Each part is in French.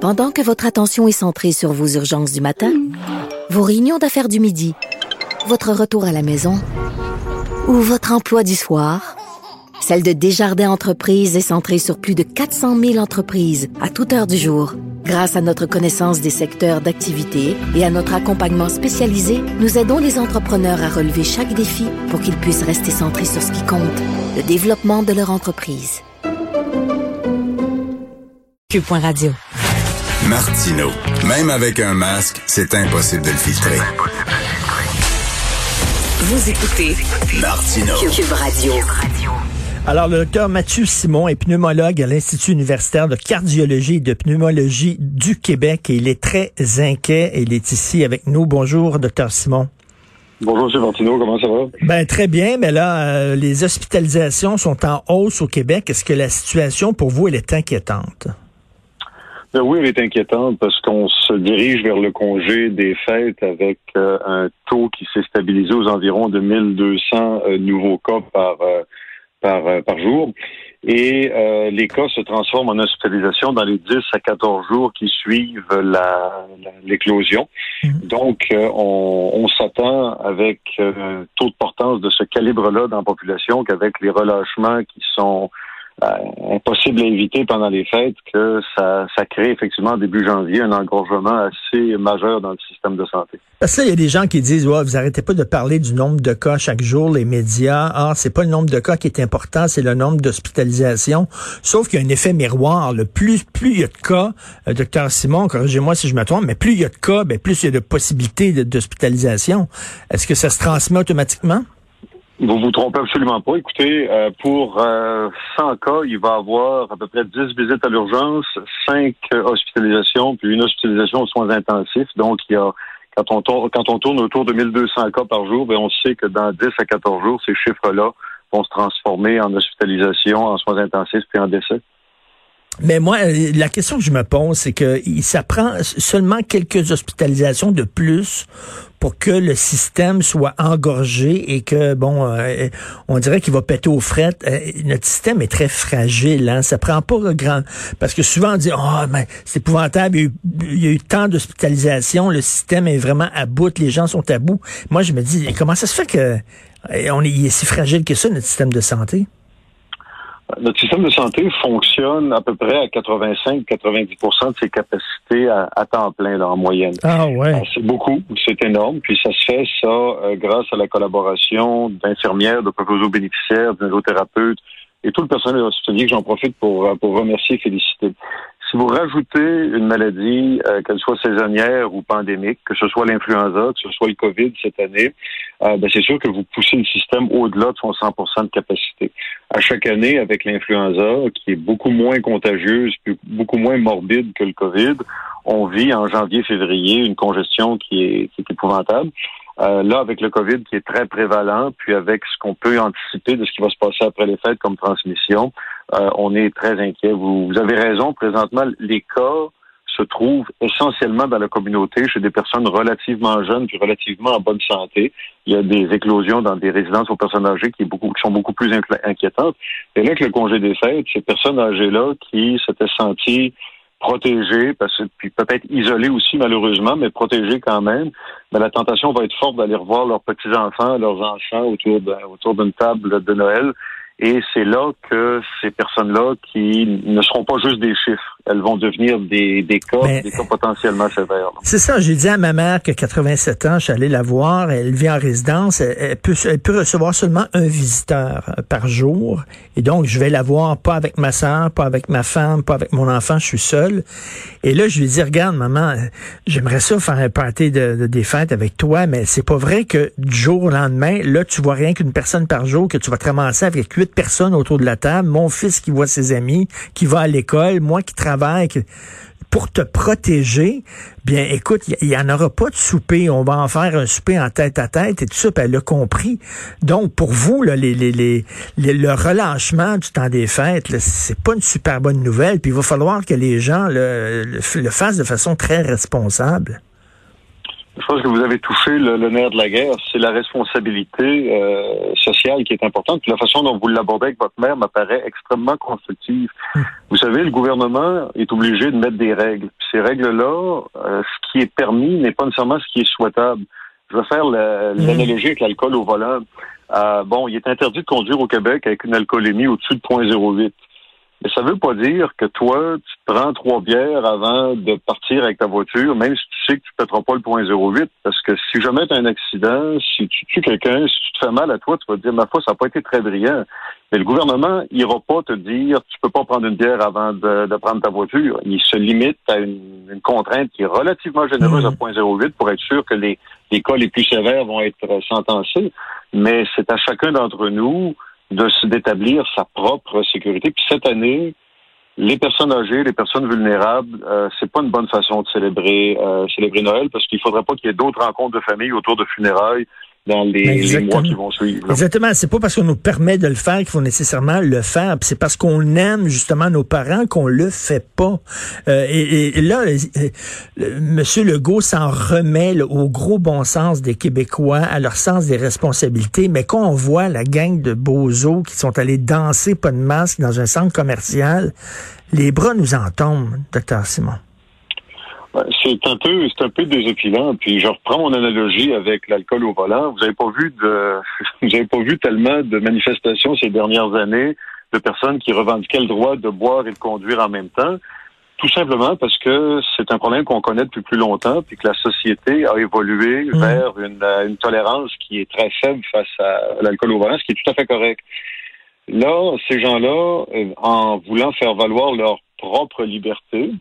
Pendant que votre attention est centrée sur vos urgences du matin, vos réunions d'affaires du midi, votre retour à la maison ou votre emploi du soir, celle de Desjardins Entreprises est centrée sur plus de 400 000 entreprises à toute heure du jour. Grâce à notre connaissance des secteurs d'activité et à notre accompagnement spécialisé, nous aidons les entrepreneurs à relever chaque défi pour qu'ils puissent rester centrés sur ce qui compte, le développement de leur entreprise. Q.radio. Martineau. Même avec un masque, c'est impossible de le filtrer. Vous écoutez Martineau. Cube Radio. Alors, le docteur Mathieu Simon est pneumologue à l'Institut universitaire de cardiologie et de pneumologie du Québec et il est très inquiet et il est ici avec nous. Bonjour, docteur Simon. Bonjour, M. Martineau, comment ça va? Ben très bien, mais là, les hospitalisations sont en hausse au Québec. Est-ce que la situation, pour vous, elle est inquiétante? Ben oui, elle est inquiétante parce qu'on se dirige vers le congé des fêtes avec un taux qui s'est stabilisé aux environs de 1200 nouveaux cas par jour. Et les cas se transforment en hospitalisation dans les 10 à 14 jours qui suivent l'éclosion. Donc, on s'attend avec un taux de portance de ce calibre-là dans la population qu'avec les relâchements qui sont impossible à éviter pendant les fêtes, que ça crée effectivement début janvier un engorgement assez majeur dans le système de santé. Parce que là, il y a des gens qui disent, ouais, vous arrêtez pas de parler du nombre de cas chaque jour, les médias. Ah, c'est pas le nombre de cas qui est important, c'est le nombre d'hospitalisations. Sauf qu'il y a un effet miroir. Plus il y a de cas, docteur Simon, corrigez-moi si je me trompe, mais plus il y a de cas, plus il y a de possibilités d'hospitalisation. Est-ce que ça se transmet automatiquement? Vous vous trompez absolument pas. Écoutez, pour 100 cas, il va y avoir à peu près 10 visites à l'urgence, 5 hospitalisations, puis une hospitalisation aux soins intensifs. Donc, il y a quand on tourne autour de 1200 cas par jour, on sait que dans 10 à 14 jours, ces chiffres-là vont se transformer en hospitalisation, en soins intensifs, puis en décès. Mais moi, la question que je me pose, c'est que ça prend seulement quelques hospitalisations de plus pour que le système soit engorgé et que, on dirait qu'il va péter aux frettes. Notre système est très fragile, hein. Ça prend pas grand... Parce que souvent, on dit, c'est épouvantable, il y a eu tant d'hospitalisations, le système est vraiment à bout, les gens sont à bout. Moi, je me dis, comment ça se fait que il est si fragile que ça, notre système de santé? Notre système de santé fonctionne à peu près à 85-90% de ses capacités à temps plein là, en moyenne. Ah ouais. C'est beaucoup, c'est énorme. Puis ça se fait grâce à la collaboration d'infirmières, de proposaux bénéficiaires, de néothérapeutes et tout le personnel hospitalier que j'en profite pour remercier et féliciter. Si vous rajoutez une maladie, qu'elle soit saisonnière ou pandémique, que ce soit l'influenza, que ce soit le COVID cette année, c'est sûr que vous poussez le système au-delà de son 100% de capacité. À chaque année, avec l'influenza, qui est beaucoup moins contagieuse, puis beaucoup moins morbide que le COVID, on vit en janvier-février une congestion qui est épouvantable. Là, avec le COVID qui est très prévalent, puis avec ce qu'on peut anticiper de ce qui va se passer après les fêtes comme transmission, on est très inquiet. Vous avez raison, présentement, les cas se trouvent essentiellement dans la communauté, chez des personnes relativement jeunes puis relativement en bonne santé. Il y a des éclosions dans des résidences aux personnes âgées qui sont beaucoup plus inquiétantes. Et là, avec le congé des fêtes, ces personnes âgées-là qui s'étaient senties protégés, puis peut-être isolés aussi malheureusement, mais protégés quand même, la tentation va être forte d'aller revoir leurs petits-enfants, leurs enfants autour d'une table de Noël. Et c'est là que ces personnes-là qui ne seront pas juste des chiffres, elles vont devenir des cas potentiellement sévères. C'est ça, j'ai dit à ma mère que 87 ans, je suis allé la voir, elle vit en résidence, elle peut recevoir seulement un visiteur par jour. Et donc, je vais la voir pas avec ma sœur, pas avec ma femme, pas avec mon enfant, je suis seul. Et là, je lui dis, regarde, maman, j'aimerais ça faire un party des fêtes avec toi, mais c'est pas vrai que du jour au lendemain, là, tu vois rien qu'une personne par jour, que tu vas te ramasser avec 8 personnes autour de la table, mon fils qui voit ses amis, qui va à l'école, moi qui travaille, pour te protéger, bien, écoute, il y en aura pas de souper. On va en faire un souper en tête à tête et tout ça, puis elle l'a compris. Donc, pour vous, là, le relâchement du temps des fêtes, là, c'est pas une super bonne nouvelle. Puis il va falloir que les gens le fassent de façon très responsable. Je pense que vous avez touché le nerf de la guerre. C'est la responsabilité sociale qui est importante. Puis la façon dont vous l'abordez avec votre mère m'apparaît extrêmement constructive. Vous savez, le gouvernement est obligé de mettre des règles. Puis ces règles-là, ce qui est permis n'est pas nécessairement ce qui est souhaitable. Je vais faire l'analogie avec l'alcool au volant. Il est interdit de conduire au Québec avec une alcoolémie au-dessus de 0,08. Mais ça veut pas dire que toi, tu prends 3 bières avant de partir avec ta voiture, même si tu sais que tu ne pèteras pas le 0,08. Parce que si jamais tu as un accident, si tu tues quelqu'un, si tu te fais mal à toi, tu vas te dire, ma foi, ça n'a pas été très brillant. Mais le gouvernement ira pas te dire, tu peux pas prendre une bière avant de prendre ta voiture. Il se limite à une contrainte qui est relativement généreuse à 0,08 pour être sûr que les cas les plus sévères vont être sentencés. Mais c'est à chacun d'entre nous d'établir sa propre sécurité. Puis cette année, les personnes âgées, les personnes vulnérables, c'est pas une bonne façon de célébrer Noël, parce qu'il faudrait pas qu'il y ait d'autres rencontres de famille autour de funérailles dans les mois qui vont suivre. Là. Exactement. C'est pas parce qu'on nous permet de le faire qu'il faut nécessairement le faire. Puis c'est parce qu'on aime justement nos parents qu'on le fait pas. Et là, Monsieur Legault s'en remet là, au gros bon sens des Québécois, à leur sens des responsabilités. Mais quand on voit la gang de bozos qui sont allés danser pas de masque dans un centre commercial, les bras nous en tombent, Dr. Simon. C'est un peu désopilant. Puis je reprends mon analogie avec l'alcool au volant. Vous avez pas vu tellement de manifestations ces dernières années de personnes qui revendiquaient le droit de boire et de conduire en même temps. Tout simplement parce que c'est un problème qu'on connaît depuis plus longtemps, puis que la société a évolué vers une tolérance qui est très faible face à l'alcool au volant, ce qui est tout à fait correct. Là, ces gens-là, en voulant faire valoir leur propre liberté,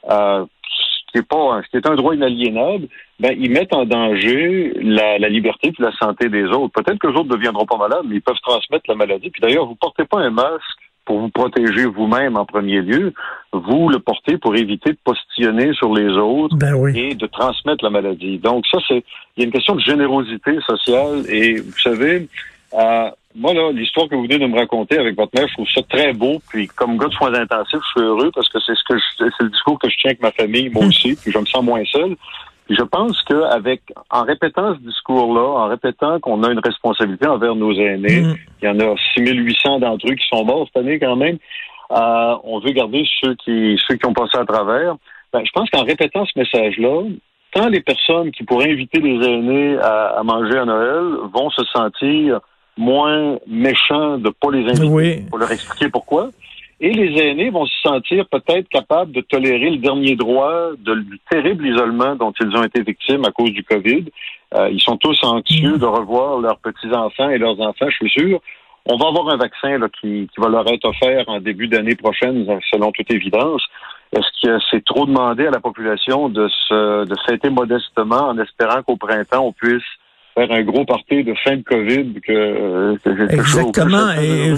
ce qui est un droit inaliénable, ils mettent en danger la liberté puis la santé des autres. Peut-être que les autres ne deviendront pas malades, mais ils peuvent transmettre la maladie. Puis d'ailleurs, vous portez pas un masque pour vous protéger vous-même en premier lieu. Vous le portez pour éviter de postillonner sur les autres et de transmettre la maladie. Donc ça, il y a une question de générosité sociale. Et vous savez, moi, là, l'histoire que vous venez de me raconter avec votre mère, je trouve ça très beau. Puis, comme gars de soins intensifs, je suis heureux parce que c'est le discours que je tiens avec ma famille, moi aussi. Puis, je me sens moins seul. Puis, je pense que en répétant ce discours-là, en répétant qu'on a une responsabilité envers nos aînés, il y en a 6800 d'entre eux qui sont morts cette année quand même. On veut garder ceux qui ont passé à travers. Je pense qu'en répétant ce message-là, tant les personnes qui pourraient inviter les aînés à manger à Noël vont se sentir moins méchants de pas les inviter pour leur expliquer pourquoi. Et les aînés vont se sentir peut-être capables de tolérer le dernier droit du terrible isolement dont ils ont été victimes à cause du COVID. Ils sont tous anxieux de revoir leurs petits-enfants et leurs enfants, je suis sûr. On va avoir un vaccin là, qui va leur être offert en début d'année prochaine, selon toute évidence. Est-ce que c'est trop demandé à la population de fêter modestement en espérant qu'au printemps, on puisse faire un gros party de fin de COVID Exactement.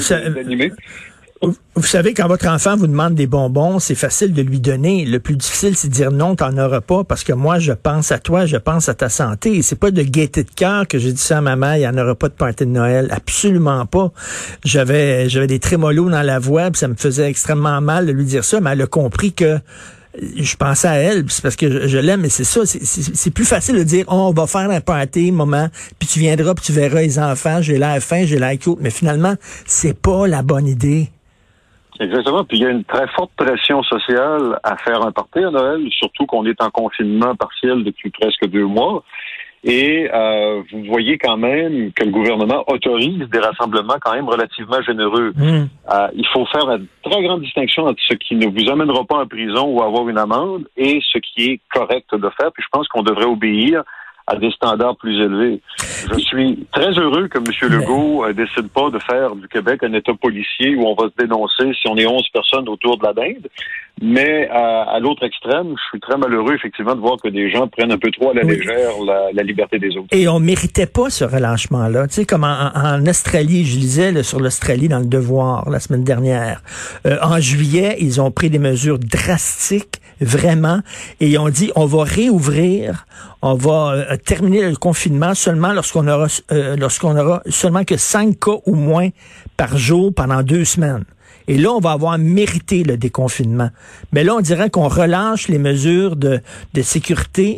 Vous savez, quand votre enfant vous demande des bonbons, c'est facile de lui donner. Le plus difficile, c'est de dire non, t'en auras pas, parce que moi, je pense à toi, je pense à ta santé. Et c'est pas de gaieté de cœur que j'ai dit ça à maman, il y en aura pas de party de Noël. Absolument pas. J'avais des trémolos dans la voix, puis ça me faisait extrêmement mal de lui dire ça, mais elle a compris que je pensais à elle, c'est parce que je l'aime, mais c'est ça, c'est plus facile de dire, on va faire un party, maman, puis tu viendras, puis tu verras les enfants, j'ai l'air fin, j'ai l'air cute, mais finalement, c'est pas la bonne idée. Exactement, puis il y a une très forte pression sociale à faire un party à Noël, surtout qu'on est en confinement partiel depuis presque 2 mois. Et vous voyez quand même que le gouvernement autorise des rassemblements quand même relativement généreux. Il faut faire une très grande distinction entre ce qui ne vous amènera pas en prison ou avoir une amende et ce qui est correct de faire. Puis je pense qu'on devrait obéir à des standards plus élevés. Je suis très heureux que M. Legault décide pas de faire du Québec un État policier où on va se dénoncer si on est 11 personnes autour de la dinde. Mais à l'autre extrême, je suis très malheureux, effectivement, de voir que des gens prennent un peu trop à la légère la liberté des autres. Et on méritait pas ce relâchement-là. Tu sais, comme en Australie, je lisais là, sur l'Australie dans Le Devoir la semaine dernière. En juillet, ils ont pris des mesures drastiques, vraiment, et ils ont dit, on va réouvrir, on va terminer le confinement seulement lorsqu'on aura seulement que 5 cas ou moins par jour pendant 2 semaines. Et là, on va avoir mérité le déconfinement. Mais là, on dirait qu'on relâche les mesures de sécurité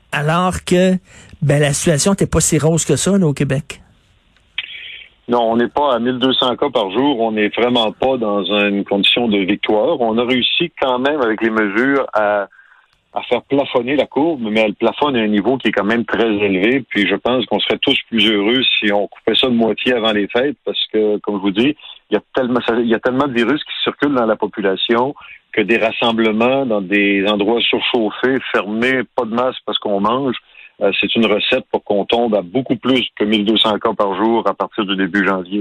alors que la situation n'était pas si rose que ça là, au Québec. Non, on n'est pas à 1200 cas par jour. On n'est vraiment pas dans une condition de victoire. On a réussi quand même avec les mesures à faire plafonner la courbe, mais elle plafonne à un niveau qui est quand même très élevé. Puis je pense qu'on serait tous plus heureux si on coupait ça de moitié avant les fêtes, parce que, comme je vous dis, il y a tellement de virus qui circulent dans la population que des rassemblements dans des endroits surchauffés, fermés, pas de masque parce qu'on mange, c'est une recette pour qu'on tombe à beaucoup plus que 1200 cas par jour à partir du début janvier.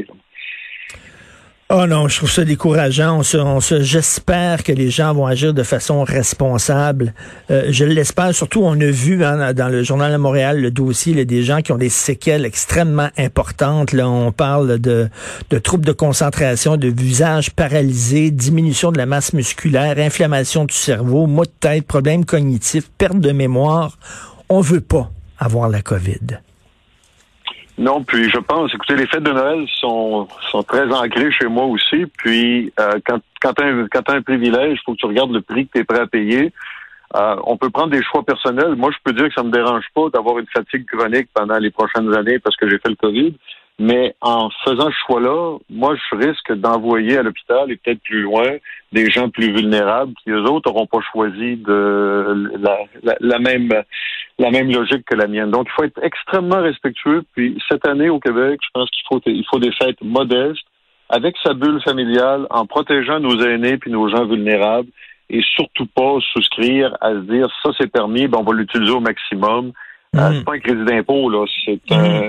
Oh non, je trouve ça décourageant. J'espère que les gens vont agir de façon responsable. Je l'espère. Surtout, on a vu dans le Journal de Montréal le dossier là, des gens qui ont des séquelles extrêmement importantes. Là, on parle de troubles de concentration, de visage paralysé, diminution de la masse musculaire, inflammation du cerveau, maux de tête, problèmes cognitifs, perte de mémoire. On veut pas avoir la COVID. Non, puis je pense, écoutez, les fêtes de Noël sont très ancrées chez moi aussi. Puis quand t'as un privilège, il faut que tu regardes le prix que tu es prêt à payer. On peut prendre des choix personnels. Moi, je peux dire que ça me dérange pas d'avoir une fatigue chronique pendant les prochaines années parce que j'ai fait le COVID. Mais en faisant ce choix-là, moi, je risque d'envoyer à l'hôpital et peut-être plus loin des gens plus vulnérables qui, eux autres, n'auront pas choisi de la même logique que la mienne. Donc, il faut être extrêmement respectueux. Puis, cette année, au Québec, je pense qu'il faut des fêtes modestes, avec sa bulle familiale, en protégeant nos aînés puis nos gens vulnérables, et surtout pas souscrire à se dire, ça, c'est permis, on va l'utiliser au maximum. C'est pas un crédit d'impôt, là. C'est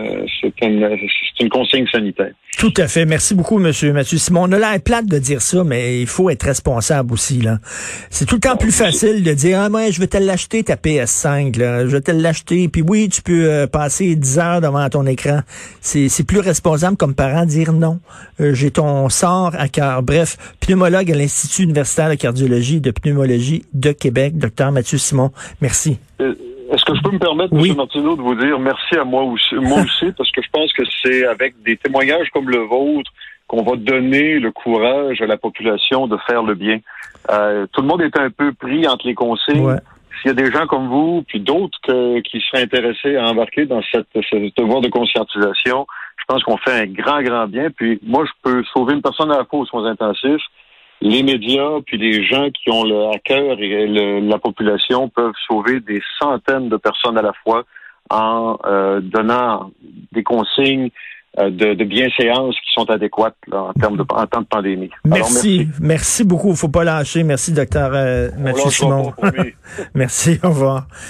une consigne sanitaire. Tout à fait. Merci beaucoup, Mathieu Simon. On a l'air plate de dire ça, mais il faut être responsable aussi, là. C'est tout le temps plus facile de dire, moi, je vais te l'acheter, ta PS5, là. Je vais te l'acheter. Puis oui, tu peux passer 10 heures devant ton écran. C'est plus responsable comme parent de dire non. J'ai ton sort à cœur. Bref, pneumologue à l'Institut universitaire de cardiologie et de pneumologie de Québec, Dr Mathieu Simon. Merci. Est-ce que je peux me permettre, M. Martineau, de vous dire merci à moi aussi, parce que je pense que c'est avec des témoignages comme le vôtre qu'on va donner le courage à la population de faire le bien. Tout le monde est un peu pris entre les consignes. Ouais. S'il y a des gens comme vous, puis d'autres qui seraient intéressés à embarquer dans cette voie de conscientisation, je pense qu'on fait un grand bien. Puis moi, je peux sauver une personne à la fois aux soins intensifs. Les médias, puis les gens qui ont le à cœur et la population peuvent sauver des centaines de personnes à la fois en donnant des consignes de bienséance qui sont adéquates là, en temps de pandémie. Merci beaucoup. Faut pas lâcher. Merci, docteur Mathieu Simon. Merci. Au revoir.